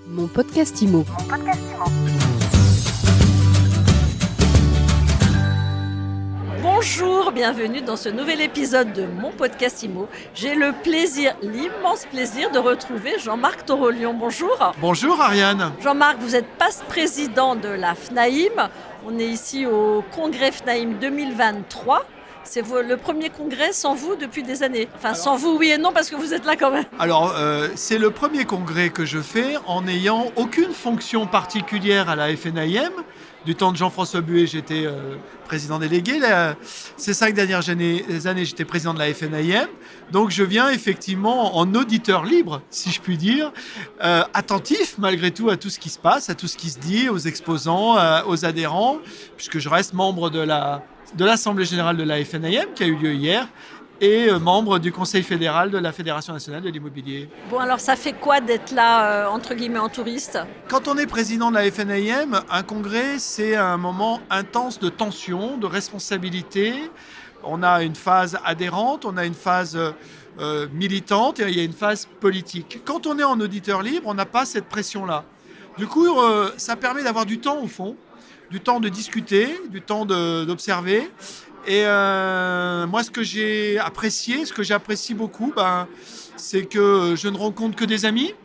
Mon podcast IMO. Bonjour, bienvenue dans ce nouvel épisode de mon podcast IMO. J'ai l'immense plaisir de retrouver Jean-Marc Torolion. Bonjour. Bonjour Ariane. Jean-Marc, vous êtes passe-président de la FNAIM. On est ici au congrès FNAIM 2023. C'est le premier congrès sans vous depuis des années. Enfin, sans vous, oui et non, parce que vous êtes là quand même. Alors, c'est le premier congrès que je fais en n'ayant aucune fonction particulière à la FNAIM. Du temps de Jean-François Buet, j'étais président délégué. Ces 5 dernières années, j'étais président de la FNAIM. Donc, je viens effectivement en auditeur libre, si je puis dire, attentif malgré tout à tout ce qui se passe, à tout ce qui se dit, aux exposants, aux adhérents, puisque je reste membre de l'Assemblée générale de la FNAIM qui a eu lieu hier et membre du Conseil fédéral de la Fédération nationale de l'immobilier. Bon, alors ça fait quoi d'être là, entre guillemets, en touriste ? Quand on est président de la FNAIM, un congrès, c'est un moment intense de tension, de responsabilité. On a une phase adhérente, on a une phase militante et il y a une phase politique. Quand on est en auditeur libre, on n'a pas cette pression-là. Du coup, ça permet d'avoir du temps au fond, du temps de discuter, du temps d'observer. Et moi, ce que j'apprécie beaucoup, c'est que je ne rencontre que des amis,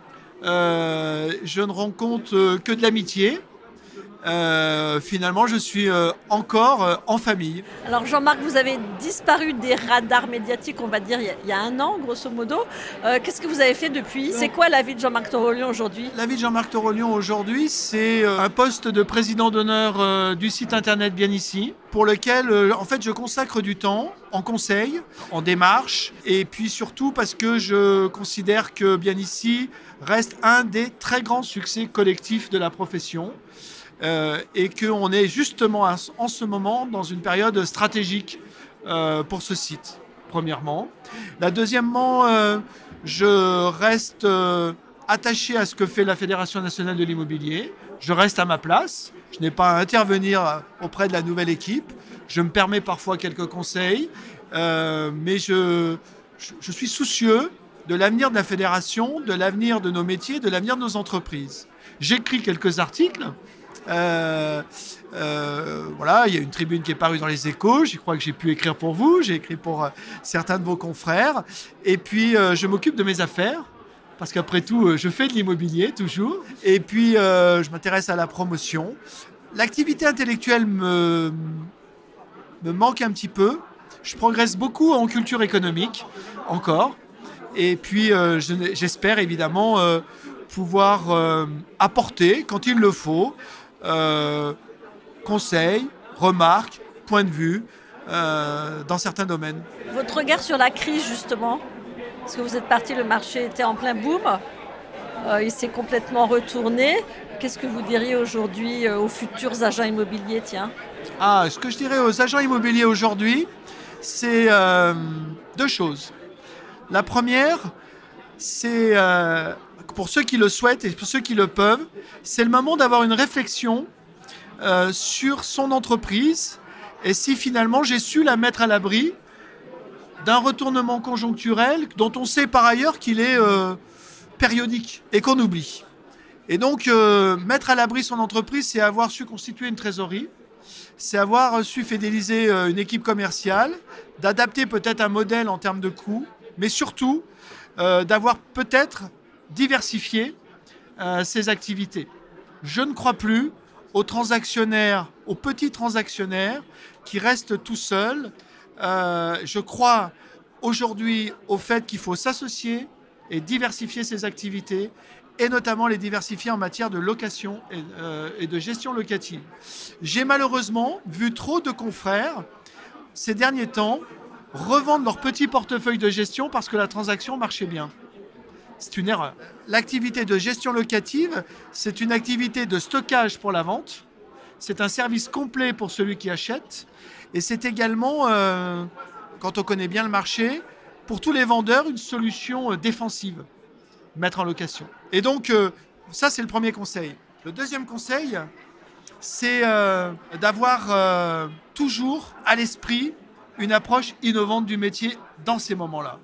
je ne rencontre que de l'amitié. Finalement, je suis encore en famille. Alors Jean-Marc, vous avez disparu des radars médiatiques, on va dire, il y a un an, grosso modo. Qu'est-ce que vous avez fait depuis ? C'est quoi la vie de Jean-Marc Torolion aujourd'hui ? La vie de Jean-Marc Torolion aujourd'hui, c'est un poste de président d'honneur du site internet Bien Ici, pour lequel, en fait, je consacre du temps en conseil, en démarche, et puis surtout parce que je considère que Bien Ici reste un des très grands succès collectifs de la profession. Et qu'on est justement en ce moment dans une période stratégique pour ce site, premièrement. Deuxièmement, je reste attaché à ce que fait la Fédération nationale de l'immobilier. Je reste à ma place. Je n'ai pas à intervenir auprès de la nouvelle équipe. Je me permets parfois quelques conseils, mais je suis soucieux de l'avenir de la fédération, de l'avenir de nos métiers, de l'avenir de nos entreprises. J'écris quelques articles. Voilà, il y a une tribune qui est parue dans les Échos, je crois que j'ai pu écrire pour vous, j'ai écrit pour certains de vos confrères, et puis je m'occupe de mes affaires, parce qu'après tout, je fais de l'immobilier toujours, et puis je m'intéresse à la promotion. L'activité intellectuelle me manque un petit peu, je progresse beaucoup en culture économique, encore, et puis j'espère évidemment pouvoir apporter, quand il le faut, conseils, remarques, points de vue dans certains domaines. Votre regard sur la crise, justement, parce que vous êtes parti, le marché était en plein boom, il s'est complètement retourné. Qu'est-ce que vous diriez aujourd'hui aux futurs agents immobiliers, tiens ? Ce que je dirais aux agents immobiliers aujourd'hui, c'est 2 choses. La première, c'est pour ceux qui le souhaitent et pour ceux qui le peuvent, c'est le moment d'avoir une réflexion sur son entreprise et si finalement j'ai su la mettre à l'abri d'un retournement conjoncturel dont on sait par ailleurs qu'il est périodique et qu'on oublie. Et donc, mettre à l'abri son entreprise, c'est avoir su constituer une trésorerie, c'est avoir su fidéliser une équipe commerciale, d'adapter peut-être un modèle en termes de coûts, mais surtout d'avoir peut-être diversifié ses activités. Je ne crois plus aux transactionnaires, aux petits transactionnaires qui restent tout seuls. Je crois aujourd'hui au fait qu'il faut s'associer et diversifier ses activités et notamment les diversifier en matière de location et de gestion locative. J'ai malheureusement vu trop de confrères ces derniers temps revendre leur petit portefeuille de gestion parce que la transaction marchait bien. C'est une erreur. L'activité de gestion locative, c'est une activité de stockage pour la vente. C'est un service complet pour celui qui achète. Et c'est également, quand on connaît bien le marché, pour tous les vendeurs, une solution défensive, mettre en location. Et donc, ça, c'est le premier conseil. Le deuxième conseil, c'est d'avoir toujours à l'esprit une approche innovante du métier dans ces moments-là.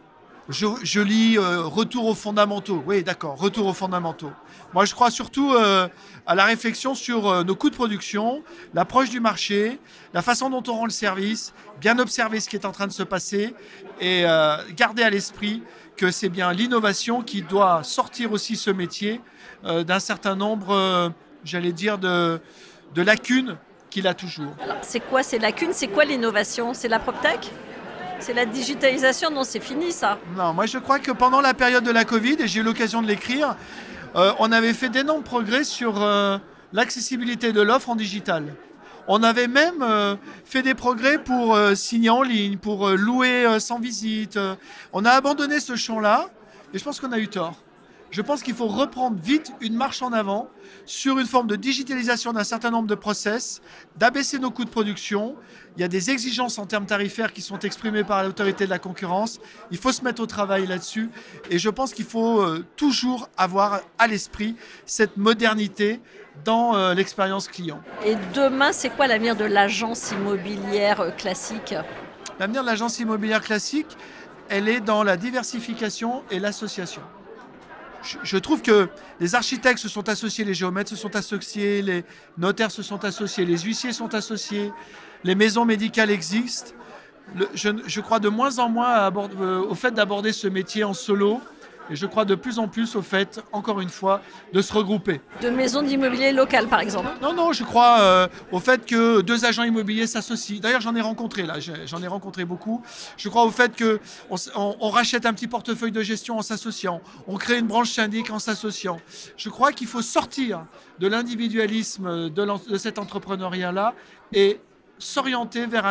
Je lis retour aux fondamentaux. Oui, d'accord, retour aux fondamentaux. Moi, je crois surtout à la réflexion sur nos coûts de production, l'approche du marché, la façon dont on rend le service, bien observer ce qui est en train de se passer et garder à l'esprit que c'est bien l'innovation qui doit sortir aussi ce métier d'un certain nombre, j'allais dire, de lacunes qu'il a toujours. Alors, c'est quoi ces lacunes? C'est quoi l'innovation? C'est la PropTech? C'est la digitalisation? Non, c'est fini ça. Non, moi je crois que pendant la période de la Covid, et j'ai eu l'occasion de l'écrire, on avait fait d'énormes progrès sur l'accessibilité de l'offre en digital. On avait même fait des progrès pour signer en ligne, pour louer sans visite. On a abandonné ce champ-là et je pense qu'on a eu tort. Je pense qu'il faut reprendre vite une marche en avant sur une forme de digitalisation d'un certain nombre de process, d'abaisser nos coûts de production. Il y a des exigences en termes tarifaires qui sont exprimées par l'autorité de la concurrence. Il faut se mettre au travail là-dessus. Et je pense qu'il faut toujours avoir à l'esprit cette modernité dans l'expérience client. Et demain, c'est quoi l'avenir de l'agence immobilière classique? L'avenir de l'agence immobilière classique, elle est dans la diversification et l'association. Je trouve que les architectes se sont associés, les géomètres se sont associés, les notaires se sont associés, les huissiers sont associés, les maisons médicales existent. Je crois de moins en moins au fait d'aborder ce métier en solo et je crois de plus en plus au fait, encore une fois, de se regrouper. De maisons d'immobilier locales, par exemple? Non, je crois au fait que deux agents immobiliers s'associent. D'ailleurs, j'en ai rencontré là, j'en ai rencontré beaucoup. Je crois au fait qu'on rachète un petit portefeuille de gestion en s'associant. On crée une branche syndic en s'associant. Je crois qu'il faut sortir de l'individualisme de cet entrepreneuriat-là et s'orienter vers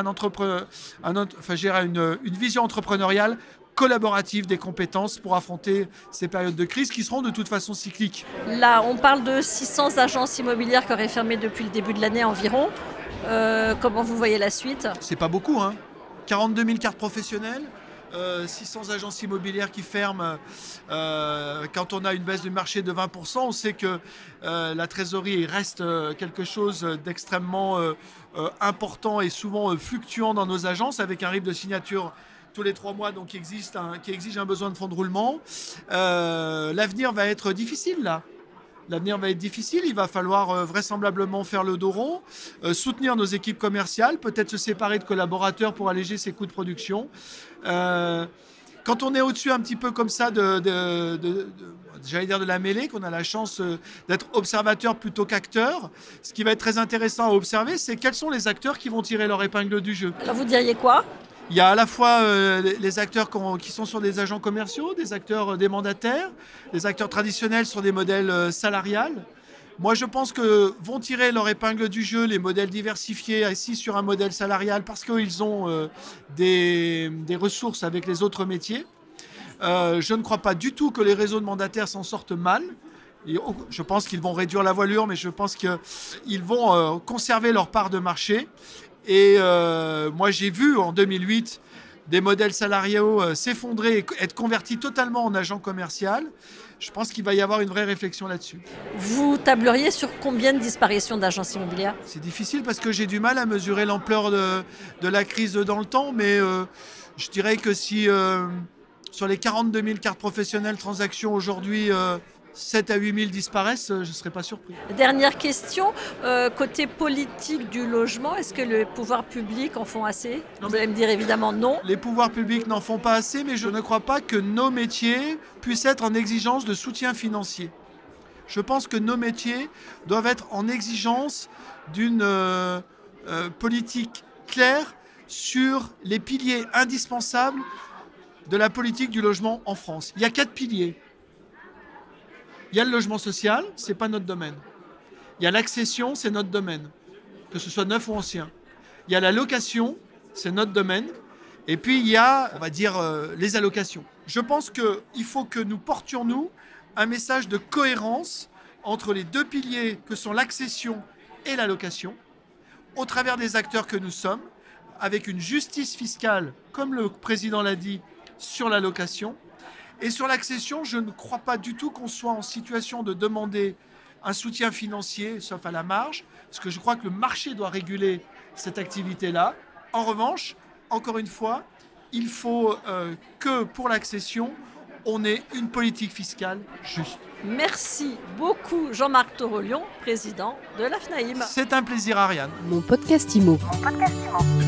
une vision entrepreneuriale collaborative des compétences pour affronter ces périodes de crise qui seront de toute façon cycliques. Là, on parle de 600 agences immobilières qui auraient fermé depuis le début de l'année environ. Comment vous voyez la suite? C'est pas beaucoup, hein. 42 000 cartes professionnelles, 600 agences immobilières qui ferment. Quand on a une baisse du marché de 20%, on sait que la trésorerie reste quelque chose d'extrêmement important et souvent fluctuant dans nos agences avec un rythme de signature tous les 3 mois, donc qui exige un besoin de fonds de roulement. L'avenir va être difficile là. L'avenir va être difficile, il va falloir vraisemblablement faire le dos rond, soutenir nos équipes commerciales, peut-être se séparer de collaborateurs pour alléger ses coûts de production. Quand on est au-dessus un petit peu comme ça j'allais dire de la mêlée, qu'on a la chance d'être observateur plutôt qu'acteur, ce qui va être très intéressant à observer, c'est quels sont les acteurs qui vont tirer leur épingle du jeu. Alors vous diriez quoi? Il y a à la fois les acteurs qui sont sur des agents commerciaux, des acteurs des mandataires, des acteurs traditionnels sur des modèles salariales. Moi, je pense que vont tirer leur épingle du jeu les modèles diversifiés assis sur un modèle salarial parce qu'ils ont des ressources avec les autres métiers. Je ne crois pas du tout que les réseaux de mandataires s'en sortent mal. Je pense qu'ils vont réduire la voilure, mais je pense qu'ils vont conserver leur part de marché. Et moi, j'ai vu en 2008 des modèles salariaux s'effondrer et être convertis totalement en agents commerciaux. Je pense qu'il va y avoir une vraie réflexion là-dessus. Vous tableriez sur combien de disparitions d'agences immobilières? C'est difficile parce que j'ai du mal à mesurer l'ampleur de la crise dans le temps, mais je dirais que si sur les 42 000 cartes professionnelles transactions aujourd'hui, 7 à 8 000 disparaissent, je ne serais pas surpris. Dernière question, côté politique du logement, est-ce que les pouvoirs publics en font assez? Vous allez me dire évidemment non. Les pouvoirs publics n'en font pas assez, mais je ne crois pas que nos métiers puissent être en exigence de soutien financier. Je pense que nos métiers doivent être en exigence d'une politique claire sur les piliers indispensables de la politique du logement en France. Il y a 4 piliers. Il y a le logement social, ce n'est pas notre domaine. Il y a l'accession, c'est notre domaine, que ce soit neuf ou ancien. Il y a la location, c'est notre domaine. Et puis il y a, on va dire, les allocations. Je pense qu'il faut que nous portions, nous, un message de cohérence entre les 2 piliers que sont l'accession et la location, au travers des acteurs que nous sommes, avec une justice fiscale, comme le président l'a dit, sur la location. Et sur l'accession, je ne crois pas du tout qu'on soit en situation de demander un soutien financier, sauf à la marge, parce que je crois que le marché doit réguler cette activité-là. En revanche, encore une fois, il faut que pour l'accession, on ait une politique fiscale juste. Merci beaucoup Jean-Marc Torolion, président de la FNAIM. C'est un plaisir, Ariane. Mon podcast IMO. Mon podcast IMO.